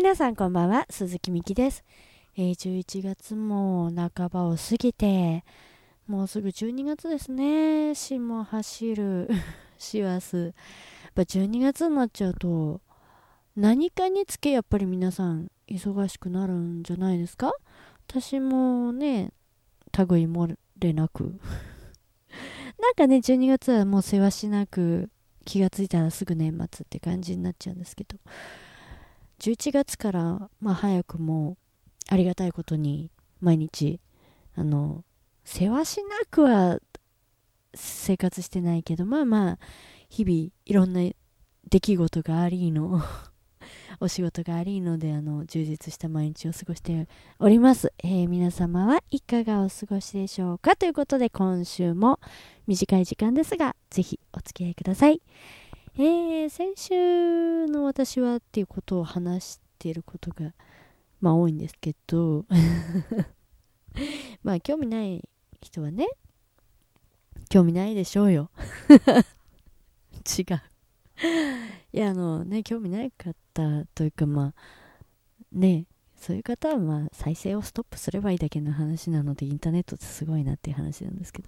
皆さんこんばんは、鈴木美希です。11月も半ばを過ぎて、もうすぐ12月ですね。死も走る師走。やっぱ12月になっちゃうと、何かにつけやっぱり皆さん忙しくなるんじゃないですか。私もね、類漏れなく。なんかね、12月はもうせわしなく、気がついたらすぐ年末って感じになっちゃうんですけど、11月から早くもありがたいことに毎日せわしなくは生活してないけど、日々いろんな出来事がありのお仕事がありので充実した毎日を過ごしております。皆様はいかがお過ごしでしょうか。ということで今週も短い時間ですがぜひお付き合いください。先週の私はっていうことを話していることが多いんですけど興味ない人はね、興味ないでしょうよ違ういや興味ない方というかそういう方は再生をストップすればいいだけの話なので、インターネットってすごいなっていう話なんですけど、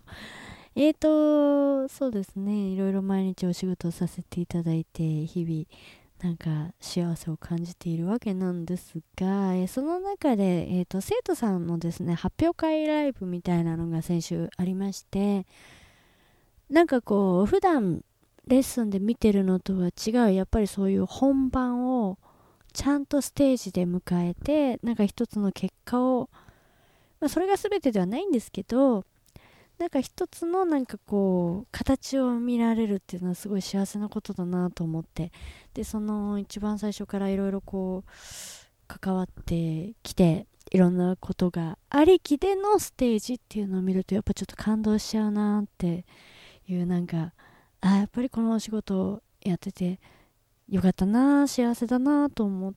そうですね、いろいろ毎日お仕事をさせていただいて、日々なんか幸せを感じているわけなんですが、その中で、生徒さんのですね、発表会ライブみたいなのが先週ありまして、なんかこう、普段レッスンで見てるのとは違う、やっぱりそういう本番をちゃんとステージで迎えて、なんか一つの結果を、それが全てではないんですけど、なんか一つのなんかこう形を見られるっていうのはすごい幸せなことだなと思って、でその一番最初からいろいろこう関わってきて、いろんなことがありきでのステージっていうのを見るとやっぱちょっと感動しちゃうなっていう、なんかやっぱりこのお仕事をやっててよかったな、幸せだなと思って、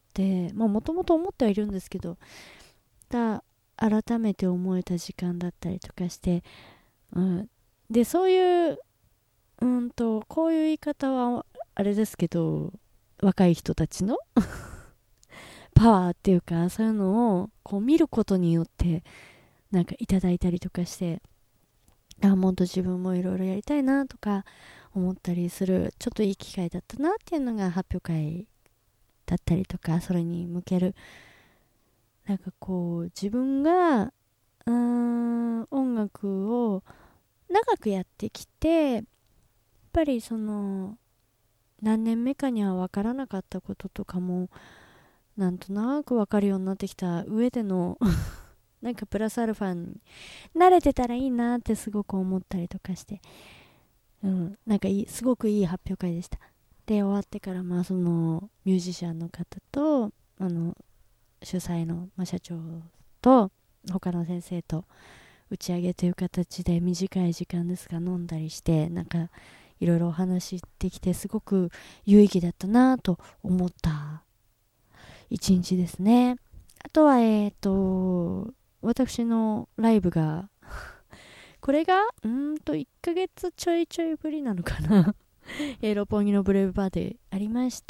もともと思ってはいるんですけど、改めて思えた時間だったりとかして、でそういうこういう言い方はあれですけど、若い人たちのパワーっていうか、そういうのをこう見ることによってなんかいただいたりとかして、もっと自分もいろいろやりたいなとか思ったりする、ちょっといい機会だったなっていうのが発表会だったりとか、それに向けるなんかこう自分が音楽を長くやってきて、やっぱりその何年目かには分からなかったこととかもなんとなく分かるようになってきた上でのなんかプラスアルファに慣れてたらいいなってすごく思ったりとかして、なんかすごくいい発表会でした。で終わってからそのミュージシャンの方と主催の、社長と他の先生と打ち上げという形で短い時間ですが飲んだりして、なんかいろいろお話できてすごく有意義だったなと思った一日ですね。あとは私のライブがこれが1ヶ月ちょいちょいぶりなのかな六本木のブレイブバーでありまして、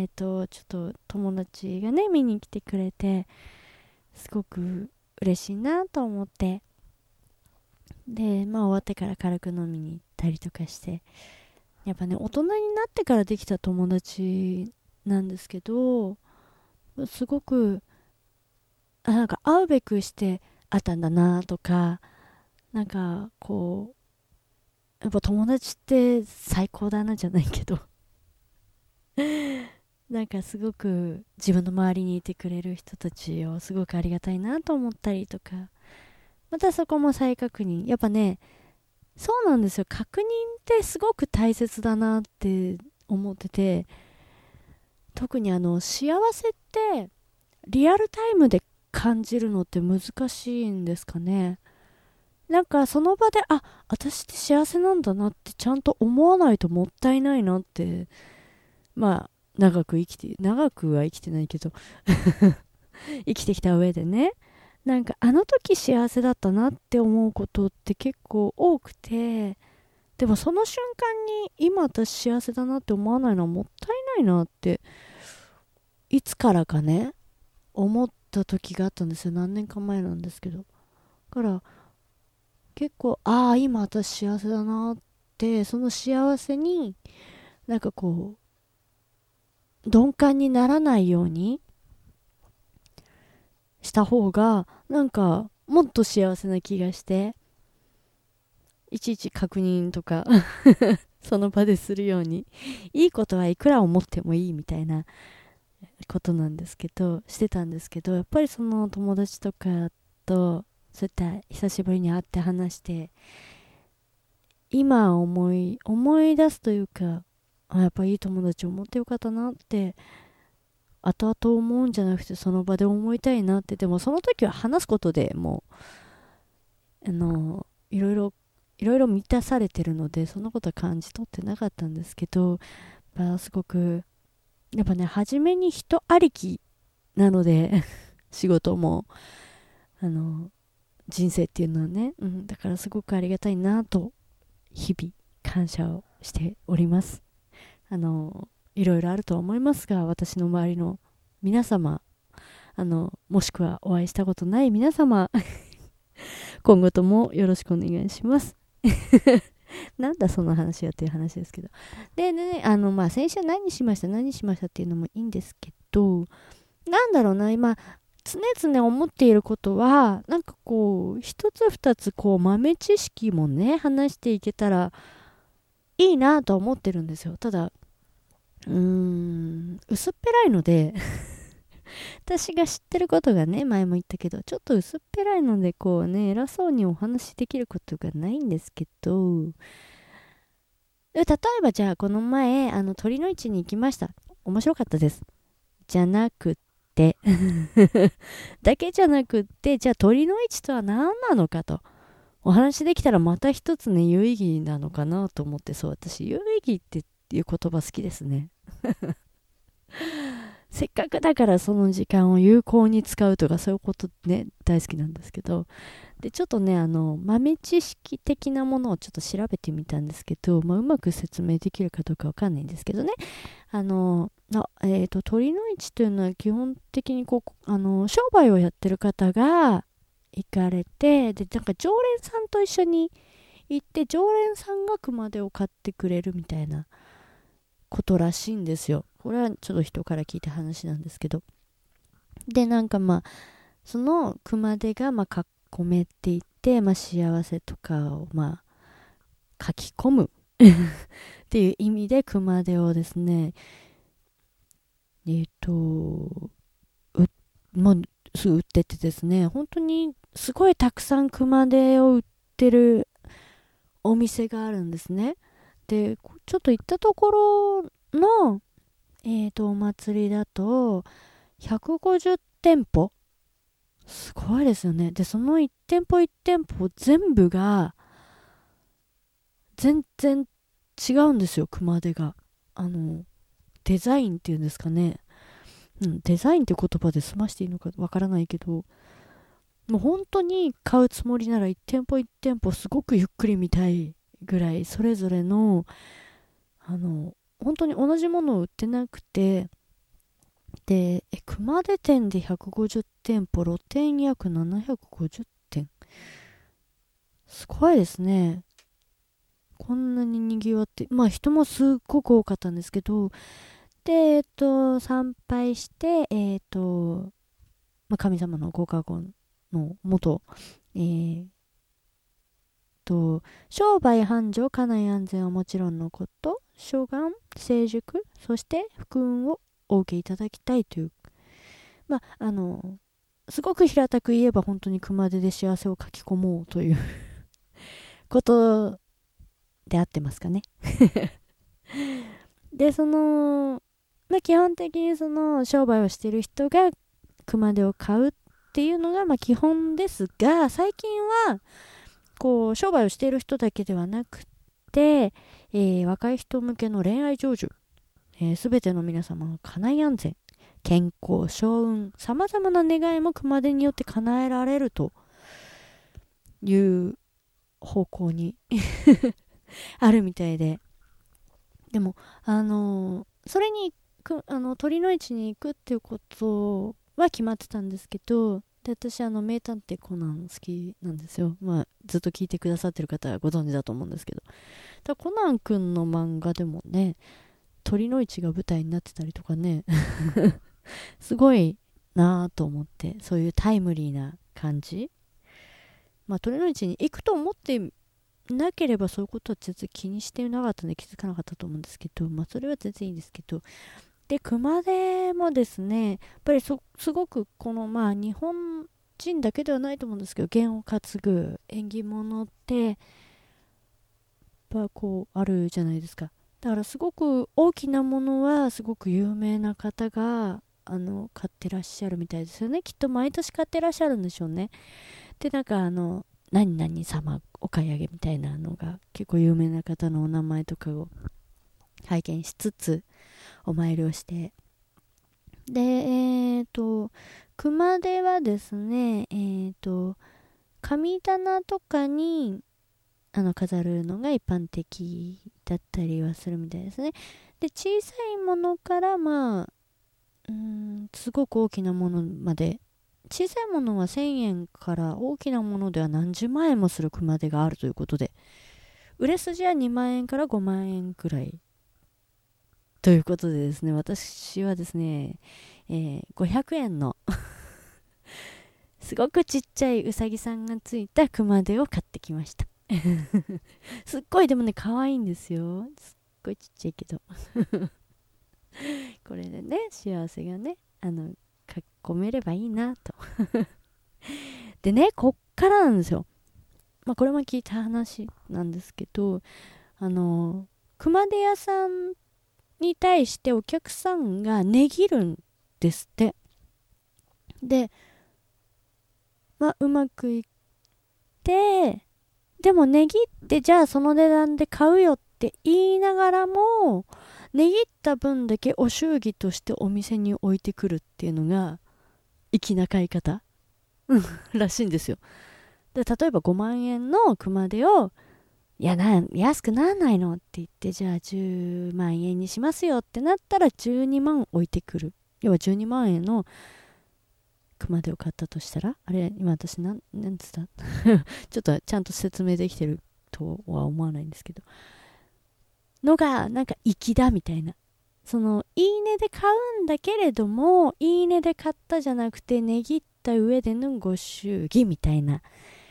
ちょっと友達がね見に来てくれてすごく嬉しいなと思って、で終わってから軽く飲みに行ったりとかして、やっぱね大人になってからできた友達なんですけど、すごくなんか会うべくして会ったんだなとか、なんかこうやっぱ友達って最高だなじゃないけどなんかすごく自分の周りにいてくれる人たちをすごくありがたいなと思ったりとか、またそこも再確認、やっぱねそうなんですよ、確認ってすごく大切だなって思ってて、特に幸せってリアルタイムで感じるのって難しいんですかね。なんかその場で私って幸せなんだなってちゃんと思わないともったいないなって、長くは生きてないけど生きてきた上でね、なんかあの時幸せだったなって思うことって結構多くて、でもその瞬間に今私幸せだなって思わないのはもったいないなって、いつからかね思った時があったんですよ。何年か前なんですけど。だから結構今私幸せだなって、その幸せになんかこう鈍感にならないようにした方がなんかもっと幸せな気がして、いちいち確認とかその場でするように、いいことはいくら思ってもいいみたいなことなんですけど、してたんですけど、やっぱりその友達とかとそういった久しぶりに会って話して、今思い出すというか、やっぱいい友達を持ってよかったなって後々思うんじゃなくて、その場で思いたいなって。でもその時は話すことでもういろいろ満たされてるので、そんなことは感じ取ってなかったんですけど、すごくやっぱね、初めに人ありきなので仕事も人生っていうのはね、だからすごくありがたいなと日々感謝をしております。いろいろあるとは思いますが、私の周りの皆様、もしくはお会いしたことない皆様今後ともよろしくお願いしますなんだその話やっていう話ですけど。でね、先週何しましたっていうのもいいんですけど、なんだろうな、今常々思っていることは、なんかこう一つ二つこう豆知識もね話していけたらいいなとは思ってるんですよ。ただ薄っぺらいので私が知ってることがね、前も言ったけどちょっと薄っぺらいので、こうね偉そうにお話しできることがないんですけど、例えばじゃあこの前鳥の市に行きました、面白かったです、じゃなくってだけじゃなくって、じゃあ鳥の市とは何なのかとお話できたら、また一つね有意義なのかなと思って。そう、私有意義っていう言葉好きですねせっかくだからその時間を有効に使うとか、そういうことね大好きなんですけど、でちょっとね豆知識的なものをちょっと調べてみたんですけど、うまく説明できるかどうかわかんないんですけどね、鳥の市というのは基本的にこう商売をやってる方が行かれて、でなんか常連さんと一緒に行って、常連さんが熊手を買ってくれるみたいなことらしいんですよ。これはちょっと人から聞いた話なんですけど、でなんかその熊手が囲めていて、幸せとかを書き込むっていう意味で熊手をですね、うすぐ売っててですね、本当にすごいたくさん熊手を売ってるお店があるんですね。でちょっと行ったところのお祭りだと150店舗、すごいですよね。でその1店舗1店舗全部が全然違うんですよ、熊手が。デザインっていうんですかね、デザインって言葉で済ましていいのかわからないけど、もう本当に買うつもりなら1店舗1店舗すごくゆっくり見たいぐらい、それぞれの本当に同じものを売ってなくて、で熊手店で150店舗、露店約750店、すごいですね。こんなに賑わって、人もすっごく多かったんですけど、で参拝して、神様のご加護のもと、商売繁盛家内安全はもちろんのこと、諸願成熟、そして福運をお受けいただきたいという、すごく平たく言えば本当に熊手で幸せを書き込もうということで合ってますかねで基本的にその商売をしている人が熊手を買うっていうのが基本ですが、最近はこう商売をしている人だけではなくて、若い人向けの恋愛成就、すべての皆様の家内安全、健康、勝運、さまざまな願いも熊手によって叶えられるという方向にあるみたいで、でもそれに鳥の市に行くっていうことは決まってたんですけど、で私名探偵コナン好きなんですよ。ずっと聞いてくださってる方はご存知だと思うんですけど、コナンくんの漫画でもね、鳥の市が舞台になってたりとかねすごいなぁと思って、そういうタイムリーな感じ。鳥の市に行くと思ってなければそういうことは全然気にしてなかったので気づかなかったと思うんですけど、それは全然いいんですけど、で熊手もですね、やっぱりすごくこの日本人だけではないと思うんですけど、弦を担ぐ縁起物ってやっぱこうあるじゃないですか。だからすごく大きなものはすごく有名な方が買ってらっしゃるみたいですよね。きっと毎年買ってらっしゃるんでしょうね。で何々様お買い上げみたいなのが結構有名な方のお名前とかを拝見しつつお参りをして、で熊手はですね、神棚とかに飾るのが一般的だったりはするみたいですね。で小さいものからすごく大きなものまで、小さいものは1000円から大きなものでは何十万円もする熊手があるということで、売れ筋は2万円から5万円くらいということでですね、私はですね、500円のすごくちっちゃいうさぎさんがついた熊手を買ってきましたすっごいでもね可愛いんですよ。すっごいちっちゃいけどこれでね幸せがね込めればいいなとでね、こっからなんですよ。これも聞いた話なんですけど、熊手屋さんに対してお客さんが値切るんですって。でうまくいって、でも値切ってじゃあその値段で買うよって言いながらも、値切った分だけお祝儀としてお店に置いてくるっていうのが粋な買い方らしいんですよ。で例えば5万円の熊手を安くならないのって言って、じゃあ10万円にしますよってなったら12万置いてくる。要は12万円の熊手を買ったとしたら、あれ今私なんつったちょっとちゃんと説明できてるとは思わないんですけど、のがなんか粋だみたいな、いいねで買うんだけれども、いいねで買ったじゃなくて値切った上でのご祝儀みたいな、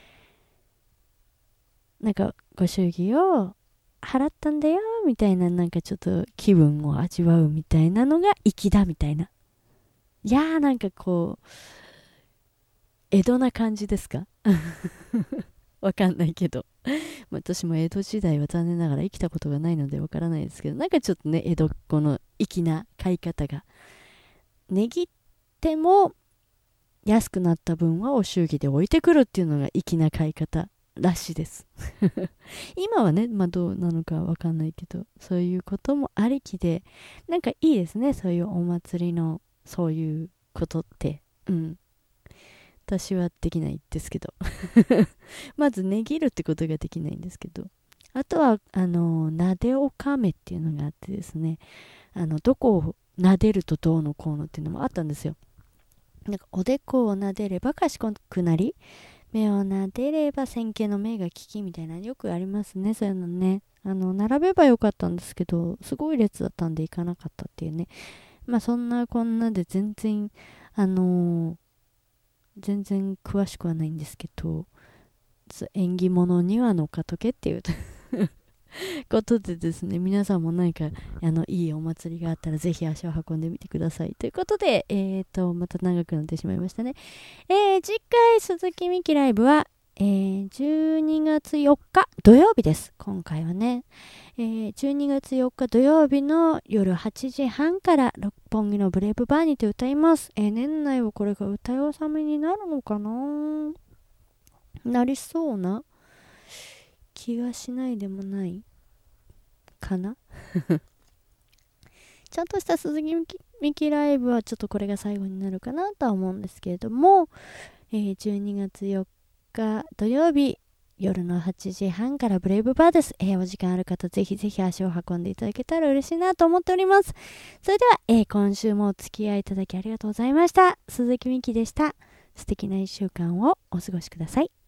なんかご祝儀を払ったんだよみたいな、なんかちょっと気分を味わうみたいなのが粋だみたいな。いやーなんかこう江戸な感じですかわかんないけど私も江戸時代は残念ながら生きたことがないのでわからないですけど、なんかちょっとね江戸っ子の粋な買い方が、値切っても安くなった分はお祝儀で置いてくるっていうのが粋な買い方らしいです今はねどうなのかわかんないけど、そういうこともありきで、なんかいいですね、そういうお祭りのそういうことって。私はできないですけどまず値切るってことができないんですけど、あとはなでおかめっていうのがあってですね、どこを撫でるとどうのこうのっていうのもあったんですよ。なんかおでこを撫でれば賢くなり、目を撫でれば先見の目が利きみたいな、よくありますね、そういうのね。並べばよかったんですけど、すごい列だったんで行かなかったっていうね。そんなこんなで全然全然詳しくはないんですけど、縁起物には乗っかっとけっていうことでですね、皆さんも何かいいお祭りがあったらぜひ足を運んでみてくださいということで、また長くなってしまいましたね。次回鈴木美希ライブは、12月4日土曜日です。今回はね、12月4日土曜日の夜8時半から六本木のブレイブバーにて歌います。年内はこれが歌い納めになるのかな、なりそうな気がしないでもないかなちゃんとした鈴木美希ライブはちょっとこれが最後になるかなとは思うんですけれども、12月4日土曜日夜の8時半からブレイブバーです。お時間ある方、ぜひぜひ足を運んでいただけたら嬉しいなと思っております。それでは、今週もお付き合いいただきありがとうございました。鈴木美希でした。素敵な1週間をお過ごしください。